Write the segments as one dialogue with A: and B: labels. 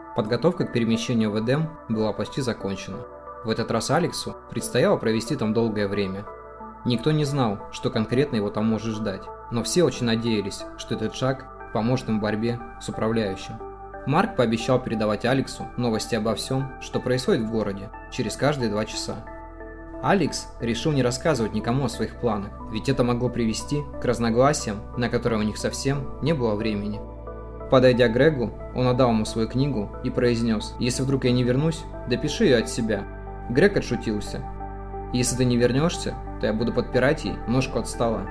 A: Подготовка к перемещению в Эдем была почти закончена. В этот раз Алексу предстояло провести там долгое время. Никто не знал, что конкретно его там может ждать, но все очень надеялись, что этот шаг поможет им в борьбе с управляющим. Марк пообещал передавать Алексу новости обо всем, что происходит в городе, через каждые 2 часа. Алекс решил не рассказывать никому о своих планах, ведь это могло привести к разногласиям, на которые у них совсем не было времени. Подойдя к Грегу, он отдал ему свою книгу и произнес: «Если вдруг я не вернусь, допиши ее от себя». Грег отшутился: «Если ты не вернешься, то я буду подпирать ей ножку от стола».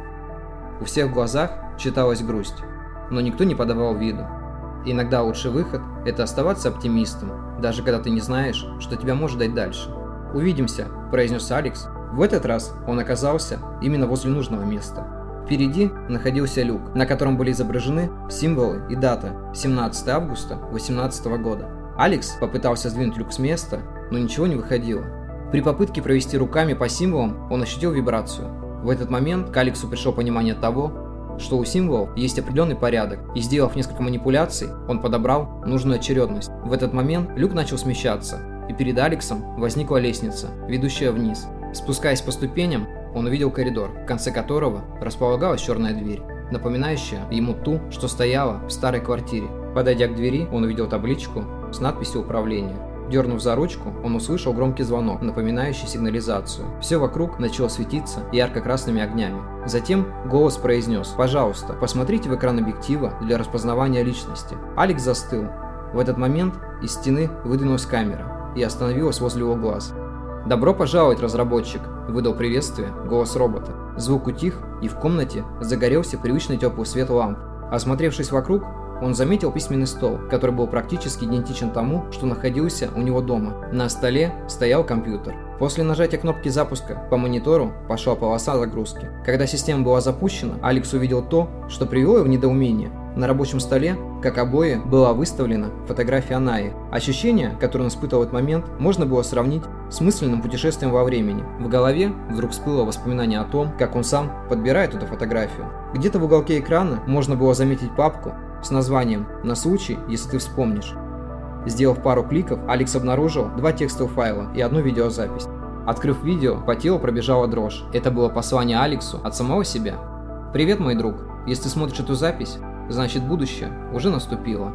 A: У всех в глазах читалась грусть, но никто не подавал виду. Иногда лучший выход – это оставаться оптимистом, даже когда ты не знаешь, что тебя может дать дальше. «Увидимся», – произнес Алекс. В этот раз он оказался именно возле нужного места. Впереди находился люк, на котором были изображены символы и дата – 17 августа 2018 года. Алекс попытался сдвинуть люк с места, но ничего не выходило. При попытке провести руками по символам он ощутил вибрацию. В этот момент к Алексу пришло понимание того, что у символов есть определенный порядок, и, сделав несколько манипуляций, он подобрал нужную очередность. В этот момент люк начал смещаться, и перед Алексом возникла лестница, ведущая вниз. Спускаясь по ступеням, он увидел коридор, в конце которого располагалась черная дверь, напоминающая ему ту, что стояла в старой квартире. Подойдя к двери, он увидел табличку с надписью «Управление». Дернув за ручку, он услышал громкий звонок, напоминающий сигнализацию. Все вокруг начало светиться ярко-красными огнями. Затем голос произнес: «Пожалуйста, посмотрите в экран объектива для распознавания личности». Алекс застыл. В этот момент из стены выдвинулась камера и остановилась возле его глаз. «Добро пожаловать, разработчик!» – выдал приветствие голос робота. Звук утих, и в комнате загорелся привычный теплый свет ламп. Осмотревшись вокруг, он заметил письменный стол, который был практически идентичен тому, что находился у него дома. На столе стоял компьютер. После нажатия кнопки запуска по монитору пошла полоса загрузки. Когда система была запущена, Алекс увидел то, что привело его в недоумение. На рабочем столе, как обои, была выставлена фотография Анаи. Ощущение, которое он испытывал в этот момент, можно было сравнить с мысленным путешествием во времени. В голове вдруг всплыло воспоминание о том, как он сам подбирает эту фотографию. Где-то в уголке экрана можно было заметить папку с названием «На случай, если ты вспомнишь». Сделав пару кликов, Алекс обнаружил 2 текстовых файла и 1 видеозапись. Открыв видео, по телу пробежала дрожь. Это было послание Алексу от самого себя. «Привет, мой друг. Если ты смотришь эту запись, значит будущее уже наступило.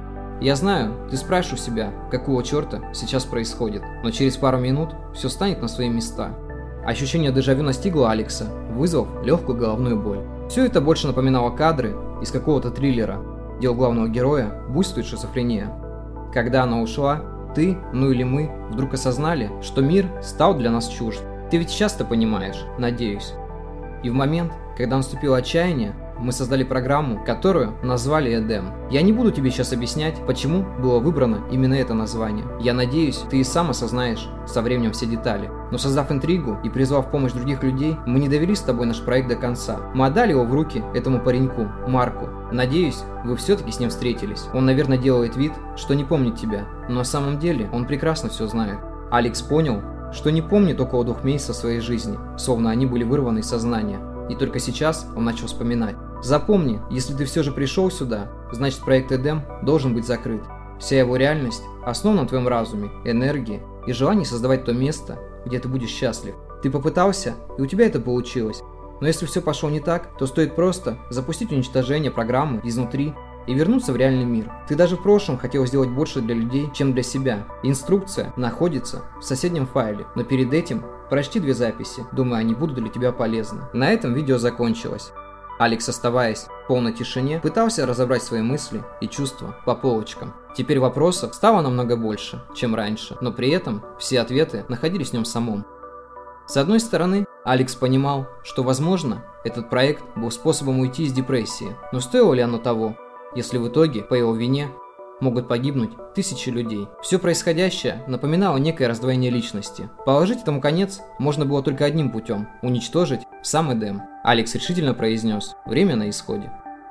A: Я знаю, ты спрашиваешь себя, какого черта сейчас происходит, но через пару минут все станет на свои места». Ощущение дежавю настигло Алекса, вызвав легкую головную боль. Все это больше напоминало кадры из какого-то триллера, где у главного героя буйствует шизофрения. Когда она ушла, ты, ну или мы, вдруг осознали, что мир стал для нас чужд. Ты ведь часто понимаешь, надеюсь. И в момент, когда наступило отчаяние, мы создали программу, которую назвали Эдем. Я не буду тебе сейчас объяснять, почему было выбрано именно это название. Я надеюсь, ты и сам осознаешь со временем все детали. Но создав интригу и призвав помощь других людей, мы не довели с тобой наш проект до конца. Мы отдали его в руки этому пареньку, Марку. Надеюсь, вы все-таки с ним встретились. Он, наверное, делает вид, что не помнит тебя, но на самом деле он прекрасно все знает». Алекс понял, что не помнит около 2 месяцев своей жизни, словно они были вырваны из сознания. И только сейчас он начал вспоминать. Запомни, если ты все же пришел сюда, значит проект Эдем должен быть закрыт. Вся его реальность основана на твоем разуме, энергии и желании создавать то место, где ты будешь счастлив. Ты попытался, и у тебя это получилось. Но если все пошло не так, то стоит просто запустить уничтожение программы изнутри и вернуться в реальный мир. Ты даже в прошлом хотел сделать больше для людей, чем для себя. Инструкция находится в соседнем файле, но перед этим прочти 2 записи, думаю, они будут для тебя полезны. На этом видео закончилось. Алекс, оставаясь в полной тишине, пытался разобрать свои мысли и чувства по полочкам. Теперь вопросов стало намного больше, чем раньше, но при этом все ответы находились в нем самом. С одной стороны, Алекс понимал, что, возможно, этот проект был способом уйти из депрессии, но стоило ли оно того, если в итоге, по его вине, могут погибнуть тысячи людей. Все происходящее напоминало некое раздвоение личности. Положить этому конец можно было только одним путем – уничтожить сам Эдем. Алекс решительно произнес: «Время на исходе».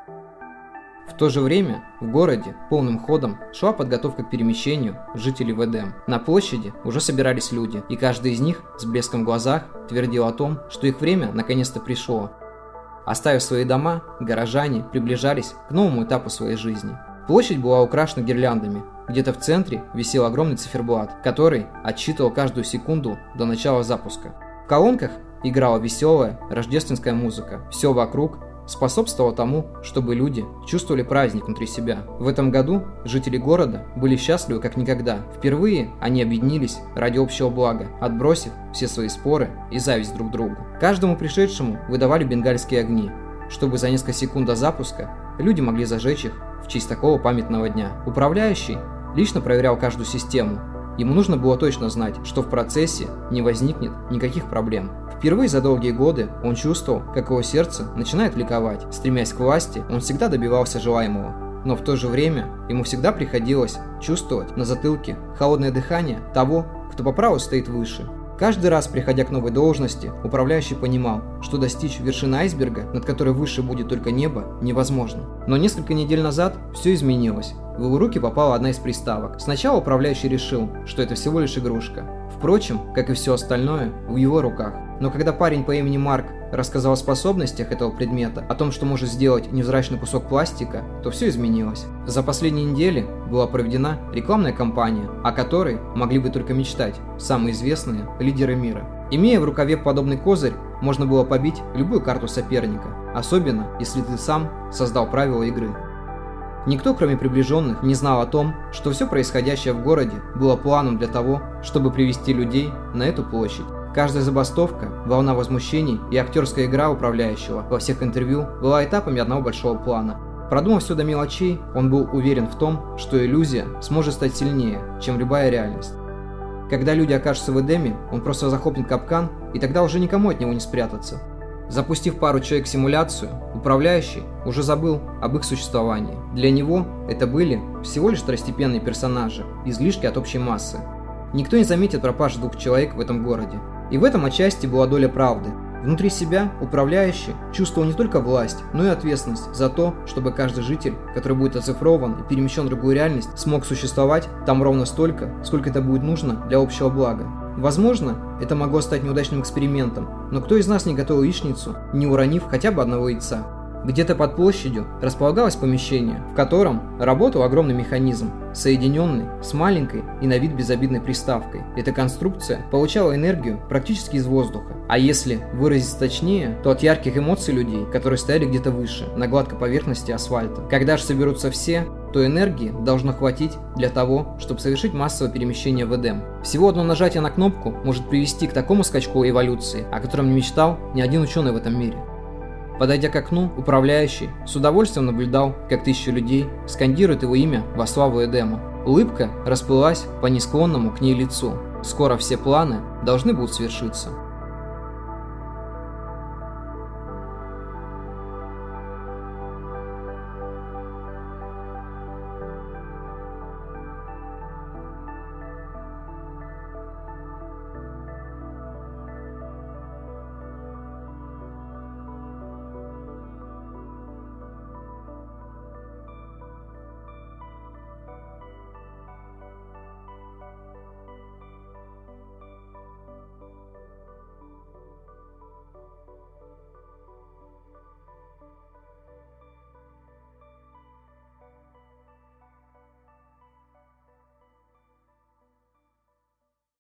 A: В то же время в городе полным ходом шла подготовка к перемещению жителей в Эдем. На площади уже собирались люди, и каждый из них с блеском в глазах твердил о том, что их время наконец-то пришло. Оставив свои дома, горожане приближались к новому этапу своей жизни. Площадь была украшена гирляндами. Где-то в центре висел огромный циферблат, который отсчитывал каждую секунду до начала запуска. В колонках играла веселая рождественская музыка. Все вокруг способствовало тому, чтобы люди чувствовали праздник внутри себя. В этом году жители города были счастливы как никогда. Впервые они объединились ради общего блага, отбросив все свои споры и зависть друг к другу. Каждому пришедшему выдавали бенгальские огни, чтобы за несколько секунд до запуска люди могли зажечь их в честь такого памятного дня. Управляющий лично проверял каждую систему. Ему нужно было точно знать, что в процессе не возникнет никаких проблем. Впервые за долгие годы он чувствовал, как его сердце начинает ликовать. Стремясь к власти, он всегда добивался желаемого. Но в то же время ему всегда приходилось чувствовать на затылке холодное дыхание того, кто по праву стоит выше. Каждый раз, приходя к новой должности, управляющий понимал, что достичь вершины айсберга, над которой выше будет только небо, невозможно. Но несколько недель назад все изменилось. В его руки попала одна из приставок. Сначала управляющий решил, что это всего лишь игрушка. Впрочем, как и все остальное, в его руках. Но когда парень по имени Марк рассказал о способностях этого предмета, о том, что может сделать невзрачный кусок пластика, то все изменилось. За последние недели была проведена рекламная кампания, о которой могли бы только мечтать самые известные лидеры мира. Имея в рукаве подобный козырь, можно было побить любую карту соперника, особенно если ты сам создал правила игры. Никто, кроме приближенных, не знал о том, что все происходящее в городе было планом для того, чтобы привести людей на эту площадь. Каждая забастовка, волна возмущений и актерская игра управляющего во всех интервью была этапами одного большого плана. Продумав все до мелочей, он был уверен в том, что иллюзия сможет стать сильнее, чем любая реальность. Когда люди окажутся в Эдеме, он просто захлопнет капкан, и тогда уже никому от него не спрятаться. Запустив пару человек в симуляцию, управляющий уже забыл об их существовании. Для него это были всего лишь второстепенные персонажи, излишки от общей массы. Никто не заметит пропажи 2 человек в этом городе. И в этом отчасти была доля правды. Внутри себя управляющий чувствовал не только власть, но и ответственность за то, чтобы каждый житель, который будет оцифрован и перемещен в другую реальность, смог существовать там ровно столько, сколько это будет нужно для общего блага. Возможно, это могло стать неудачным экспериментом, но кто из нас не готовил яичницу, не уронив хотя бы одного яйца? Где-то под площадью располагалось помещение, в котором работал огромный механизм, соединенный с маленькой и на вид безобидной приставкой. Эта конструкция получала энергию практически из воздуха. А если выразиться точнее, то от ярких эмоций людей, которые стояли где-то выше, на гладкой поверхности асфальта. Когда же соберутся все, то энергии должно хватить для того, чтобы совершить массовое перемещение в Эдем. Всего одно нажатие на кнопку может привести к такому скачку эволюции, о котором не мечтал ни один ученый в этом мире. Подойдя к окну, управляющий с удовольствием наблюдал, как 1000 людей скандируют его имя во славу Эдема. Улыбка расплылась по несклонному к ней лицу. Скоро все планы должны будут свершиться.